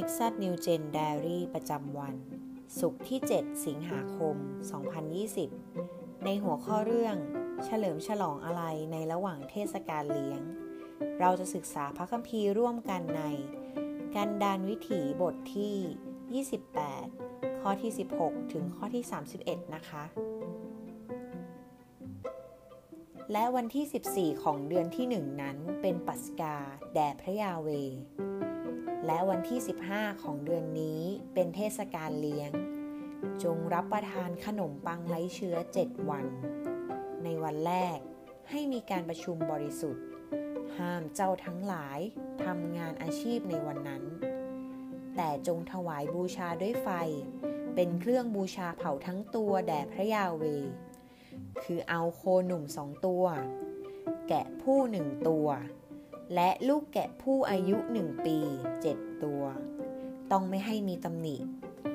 Nexus New Gen Diary ประจำวันศุกร์ที่ 7 สิงหาคม 2020 ในหัวข้อเรื่องเฉลิมฉลองอะไรในระหว่างเทศกาลเลี้ยงเราจะศึกษาพระคัมภีร์ร่วมกันในกันดารวิถีบทที่ 28 ข้อที่ 16 ถึงข้อที่ 31 นะคะและวันที่ 14 ของเดือนที่ 1 นั้นเป็นปัสกาแด่พระยาเวห์และวันที่ 15 ของเดือนนี้เป็นเทศกาลเลี้ยงจงรับประทานขนมปังไร้เชื้อ7 วันในวันแรกให้มีการประชุมบริสุทธิ์ห้ามเจ้าทั้งหลายทำงานอาชีพในวันนั้นแต่จงถวายบูชาด้วยไฟเป็นเครื่องบูชาเผาทั้งตัวแด่พระยาเวห์คือเอาโคหนุ่ม2 ตัวแกะผู้1 ตัวและลูกแกะผู้อายุ1 ปี7 ตัวต้องไม่ให้มีตำหนิ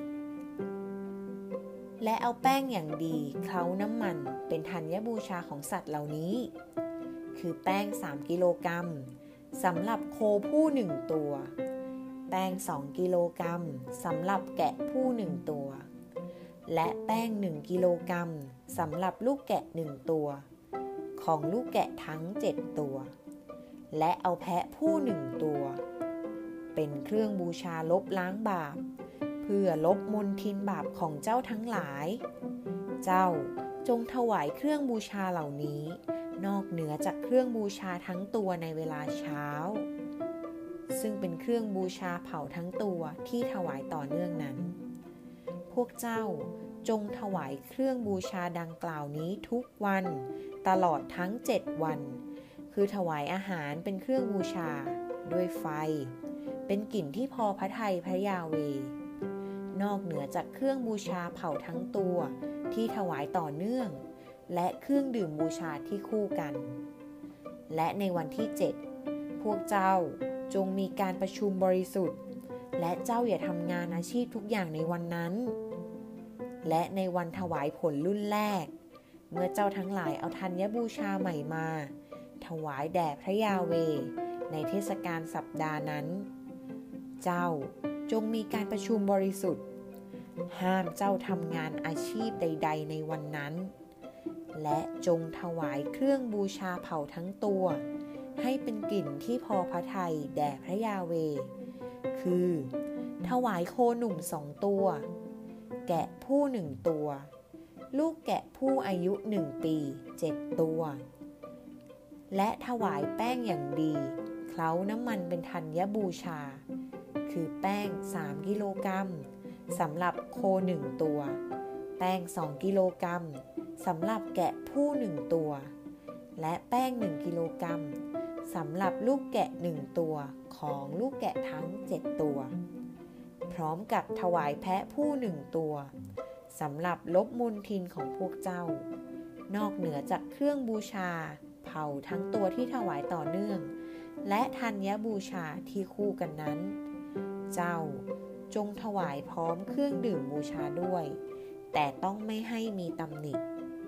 และเอาแป้งอย่างดีเคล้าน้ำมันเป็นธัญบูชาของสัตว์เหล่านี้คือแป้ง3 กิโลกรัมสำหรับโคผู้1 ตัวแป้ง2 กิโลกรัมสำหรับแกะผู้1 ตัวและแป้ง1 กิโลกรัมสำหรับลูกแกะ1 ตัวของลูกแกะทั้ง7 ตัวและเอาแพะผู้1 ตัวเป็นเครื่องบูชาลบล้างบาปเพื่อลบมลทินบาปของเจ้าทั้งหลายเจ้าจงถวายเครื่องบูชาเหล่านี้นอกเหนือจากเครื่องบูชาทั้งตัวในเวลาเช้าซึ่งเป็นเครื่องบูชาเผาทั้งตัวที่ถวายต่อเนื่องนั้นพวกเจ้าจงถวายเครื่องบูชาดังกล่าวนี้ทุกวันตลอดทั้ง7 วันคือถวายอาหารเป็นเครื่องบูชาด้วยไฟเป็นกลิ่นที่พอพระทัยพระยาเวห์นอกเหนือจากเครื่องบูชาเผาทั้งตัวที่ถวายต่อเนื่องและเครื่องดื่มบูชาที่คู่กันและในวันที่7พวกเจ้าจงมีการประชุมบริสุทธิ์และเจ้าอย่าทำงานอาชีพทุกอย่างในวันนั้นและในวันถวายผลรุ่นแรกเมื่อเจ้าทั้งหลายเอาธัญบูชาใหม่มาถวายแด่พระยาเวห์ในเทศกาลสัปดาห์นั้นเจ้าจงมีการประชุมบริสุทธิ์ห้ามเจ้าทำงานอาชีพใดๆในวันนั้นและจงถวายเครื่องบูชาเผาทั้งตัวให้เป็นกลิ่นที่พอพระทัยแด่พระยาเวห์คือถวายโคหนุ่ม2 ตัวแกะผู้1 ตัวลูกแกะผู้อายุ1 ปี7 ตัวและถวายแป้งอย่างดีเคล้าน้ำมันเป็นธัญบูชาคือแป้ง3 กิโลกรัมสำหรับโค1 ตัวแป้ง2 กิโลกรัมสำหรับแกะผู้1 ตัวและแป้ง1 กิโลกรัมสำหรับลูกแกะ1 ตัวของลูกแกะทั้ง7 ตัวพร้อมกับถวายแพะผู้1 ตัวสำหรับลบมลทินของพวกเจ้านอกเหนือจากเครื่องบูชาเผาทั้งตัวที่ถวายต่อเนื่องและธัญบูชาที่คู่กันนั้นเจ้าจงถวายพร้อมเครื่องดื่มบูชาด้วยแต่ต้องไม่ให้มีตำหนิ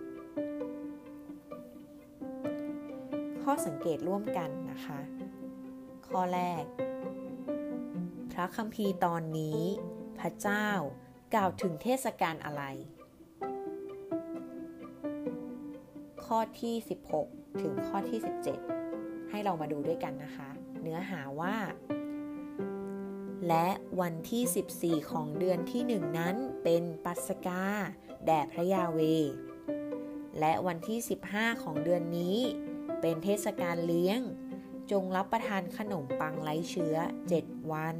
ข้อสังเกตร่วมกันนะคะข้อแรกพระคัมภีร์ตอนนี้พระเจ้ากล่าวถึงเทศกาลอะไรข้อที่16ถึงข้อที่17ให้เรามาดูด้วยกันนะคะเนื้อหาว่าและวันที่14ของเดือนที่1นั้นเป็นปัสกาแด่พระยาเวห์และวันที่15ของเดือนนี้เป็นเทศกาลเลี้ยงจงรับประทานขนมปังไร้เชื้อ7 วัน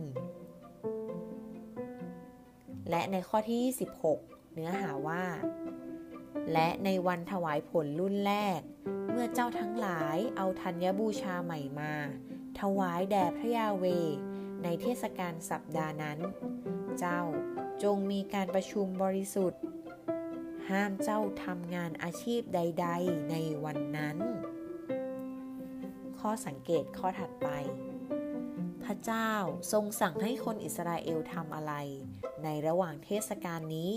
และในข้อที่26เนื้อหาว่าและในวันถวายผลรุ่นแรกเมื่อเจ้าทั้งหลายเอาธัญบูชาใหม่มาถวายแด่พระยาเวห์ในเทศกาลสัปดาห์นั้นเจ้าจงมีการประชุมบริสุทธิ์ห้ามเจ้าทำงานอาชีพใดๆในวันนั้นข้อสังเกตข้อถัดไปพระเจ้าทรงสั่งให้คนอิสราเอลทำอะไรในระหว่างเทศกาลนี้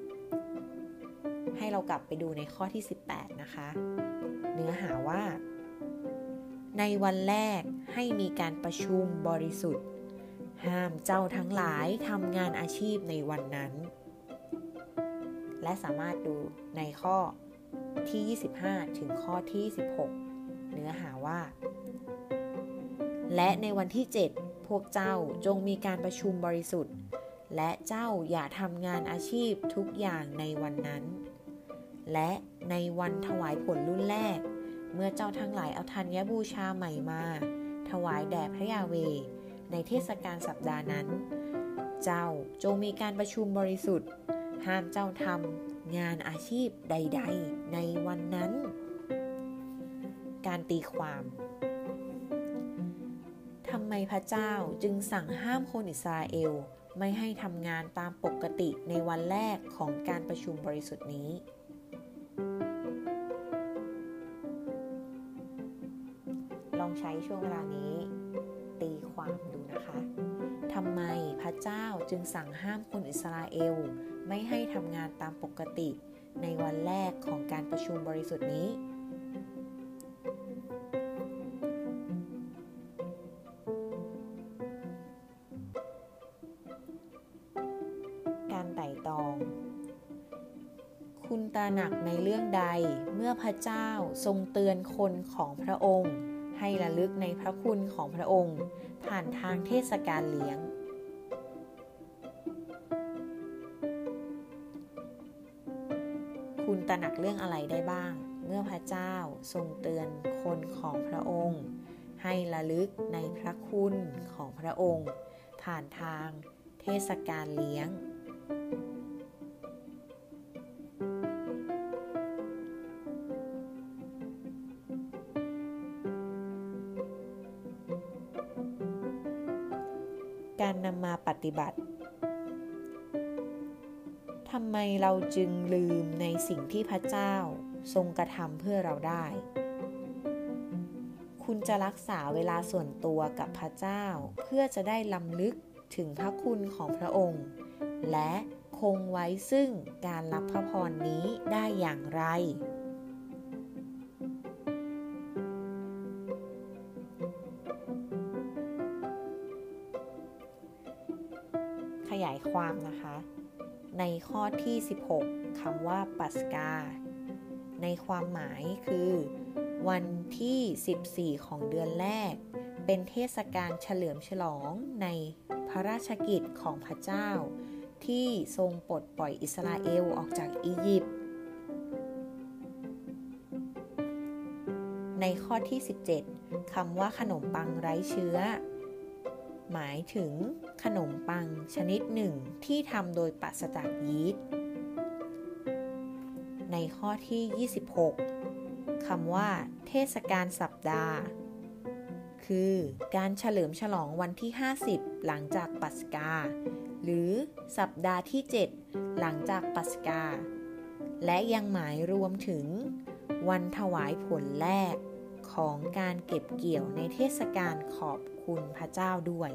ให้เรากลับไปดูในข้อที่18นะคะเนื้อหาว่าในวันแรกให้มีการประชุมบริสุทธิ์ห้ามเจ้าทั้งหลายทำงานอาชีพในวันนั้นและสามารถดูในข้อที่25ถึงข้อที่16เนื้อหาว่าและในวันที่7พวกเจ้าจงมีการประชุมบริสุทธิ์และเจ้าอย่าทำงานอาชีพทุกอย่างในวันนั้นและในวันถวายผลรุ่นแรกเมื่อเจ้าทั้งหลายเอาธัญบูชาใหม่มาถวายแด่พระยาเวห์ในเทศกาลสัปดาห์นั้นเจ้าจงมีการประชุมบริสุทธิ์ห้ามเจ้าทำงานอาชีพใดๆในวันนั้นการตีความทำไมพระเจ้าจึงสั่งห้ามคนอิสราเอลไม่ให้ทำงานตามปกติในวันแรกของการประชุมบริสุทธิ์นี้ลองใช้ช่วงเวลานี้ตีความดูนะคะทำไมพระเจ้าจึงสั่งห้ามคนอิสราเอลไม่ให้ทำงานตามปกติในวันแรกของการประชุมบริสุทธิ์นี้การไต่ตรองคุณตระหนักในเรื่องใดเมื่อพระเจ้าทรงเตือนคนของพระองค์ให้ระลึกในพระคุณของพระองค์ผ่านทางเทศกาลเลี้ยงคุณตระหนักเรื่องอะไรได้บ้างเมื่อพระเจ้าทรงเตือนคนของพระองค์ให้ระลึกในพระคุณของพระองค์ผ่านทางเทศกาลเลี้ยงการนำมาปฏิบัติทำไมเราจึงลืมในสิ่งที่พระเจ้าทรงกระทำเพื่อเราได้คุณจะรักษาเวลาส่วนตัวกับพระเจ้าเพื่อจะได้รำลึกถึงพระคุณของพระองค์และคงไว้ซึ่งการรับพระพรนี้ได้อย่างไรขยายความนะคะในข้อที่16คำว่าปัสกาในความหมายคือวันที่14ของเดือนแรกเป็นเทศกาลเฉลิมฉลองในพระราชกิจของพระเจ้าที่ทรงปลดปล่อยอิสราเอลออกจากอียิปต์ในข้อที่17คำว่าขนมปังไร้เชื้อหมายถึงขนมปังชนิดหนึ่งที่ทำโดยปราศจากยีสต์ในข้อที่26คำว่าเทศกาลสัปดาห์คือการเฉลิมฉลองวันที่50หลังจากปัสกาหรือสัปดาห์ที่7หลังจากปัสกาและยังหมายรวมถึงวันถวายผลแรกของการเก็บเกี่ยวในเทศกาลขอบคุณพระเจ้าด้วย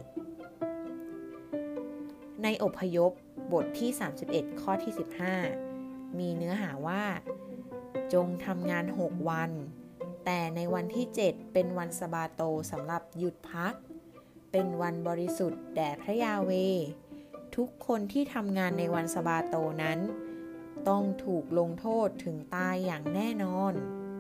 ในอพยพบทที่31ข้อที่15มีเนื้อหาว่าจงทำงาน6วันแต่ในวันที่7เป็นวันสะบาโตสำหรับหยุดพักเป็นวันบริสุทธิ์แด่พระยาเวห์ทุกคนที่ทำงานในวันสะบาโตนั้นต้องถูกลงโทษถึงตายอย่างแน่นอน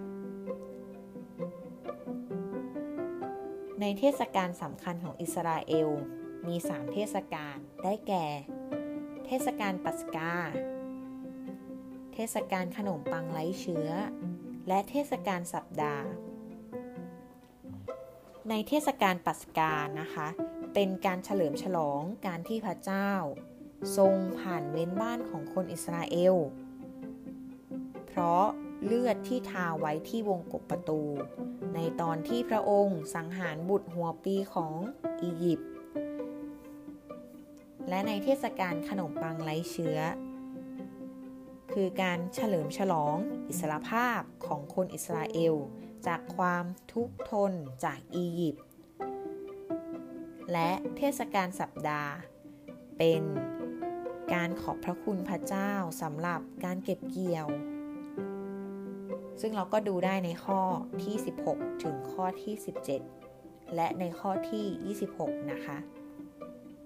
ในเทศกาลสำคัญของอิสราเอลมี3เทศกาลได้แก่เทศกาลปัสกาเทศกาลขนมปังไร้เชื้อและเทศกาลสัปดาห์ในเทศกาลปัสกานะคะเป็นการเฉลิมฉลองการที่พระเจ้าทรงผ่านเว้นบ้านของคนอิสราเอลเพราะเลือดที่ทาไว้ที่วงกบประตูในตอนที่พระองค์สังหารบุตรหัวปีของอียิปต์และในเทศกาลขนมปังไร้เชื้อคือการเฉลิมฉลองอิสรภาพของคนอิสราเอลจากความทุกข์ทนจากอียิปต์และเทศกาลสัปดาห์เป็นการขอบพระคุณพระเจ้าสำหรับการเก็บเกี่ยวซึ่งเราก็ดูได้ในข้อที่16ถึงข้อที่17และในข้อที่26นะคะ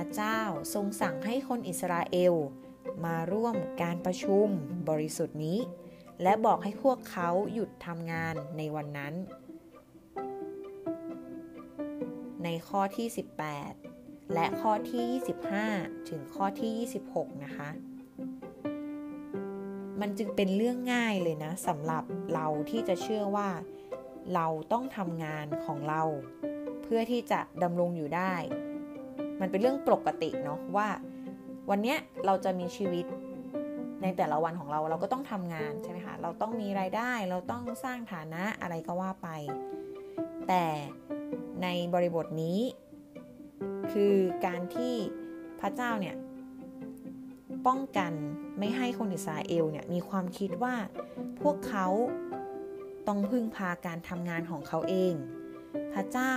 เจ้าทรงสั่งให้คนอิสราเอลมาร่วมการประชุมบริสุทธิ์นี้และบอกให้พวกเขาหยุดทำงานในวันนั้นในข้อที่18และข้อที่25ถึงข้อที่26นะคะมันจึงเป็นเรื่องง่ายเลยนะสำหรับเราที่จะเชื่อว่าเราต้องทำงานของเราเพื่อที่จะดำรงอยู่ได้มันเป็นเรื่องปกติเนาะว่าวันนี้เราจะมีชีวิตในแต่ละวันของเราก็ต้องทำงานใช่ไหมคะเราต้องมีรายได้เราต้องสร้างฐานะอะไรก็ว่าไปแต่ในบริบทนี้คือการที่พระเจ้าเนี่ยป้องกันไม่ให้คนอิสราเอลเนี่ยมีความคิดว่าพวกเขาต้องพึ่งพาการทำงานของเขาเองพระเจ้า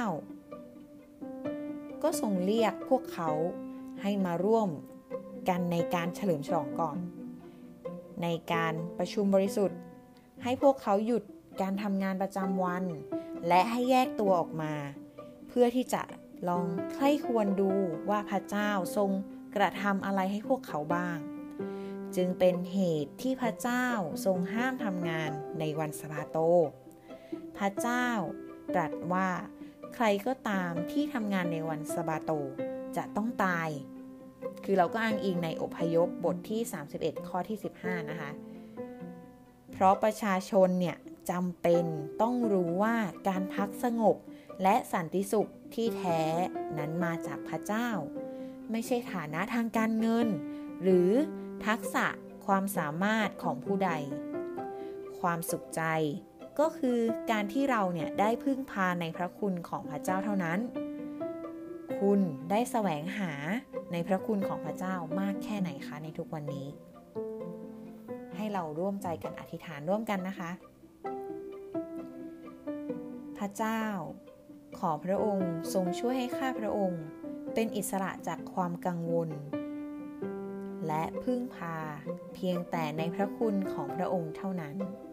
ก็ทรงเรียกพวกเขาให้มาร่วมกันในการเฉลิมฉลองก่อนในการประชุมบริสุทธิ์ให้พวกเขาหยุดการทำงานประจำวันและให้แยกตัวออกมาเพื่อที่จะลองใคร่ครวญดูว่าพระเจ้าทรงกระทำอะไรให้พวกเขาบ้างจึงเป็นเหตุที่พระเจ้าทรงห้ามทำงานในวันสะบาโตพระเจ้าตรัสว่าใครก็ตามที่ทำงานในวันสะบาโตจะต้องตายคือเราก็อ้างอิงในอพยพบทที่31ข้อที่15นะคะเพราะประชาชนเนี่ยจำเป็นต้องรู้ว่าการพักสงบและสันติสุขที่แท้นั้นมาจากพระเจ้าไม่ใช่ฐานะทางการเงินหรือทักษะความสามารถของผู้ใดความสุขใจก็คือการที่เราเนี่ยได้พึ่งพาในพระคุณของพระเจ้าเท่านั้นคุณได้แสวงหาในพระคุณของพระเจ้ามากแค่ไหนคะในทุกวันนี้ให้เราร่วมใจกันอธิษฐานร่วมกันนะคะพระเจ้าขอพระองค์ทรงช่วยให้ข้าพระองค์เป็นอิสระจากความกังวลและพึ่งพาเพียงแต่ในพระคุณของพระองค์เท่านั้น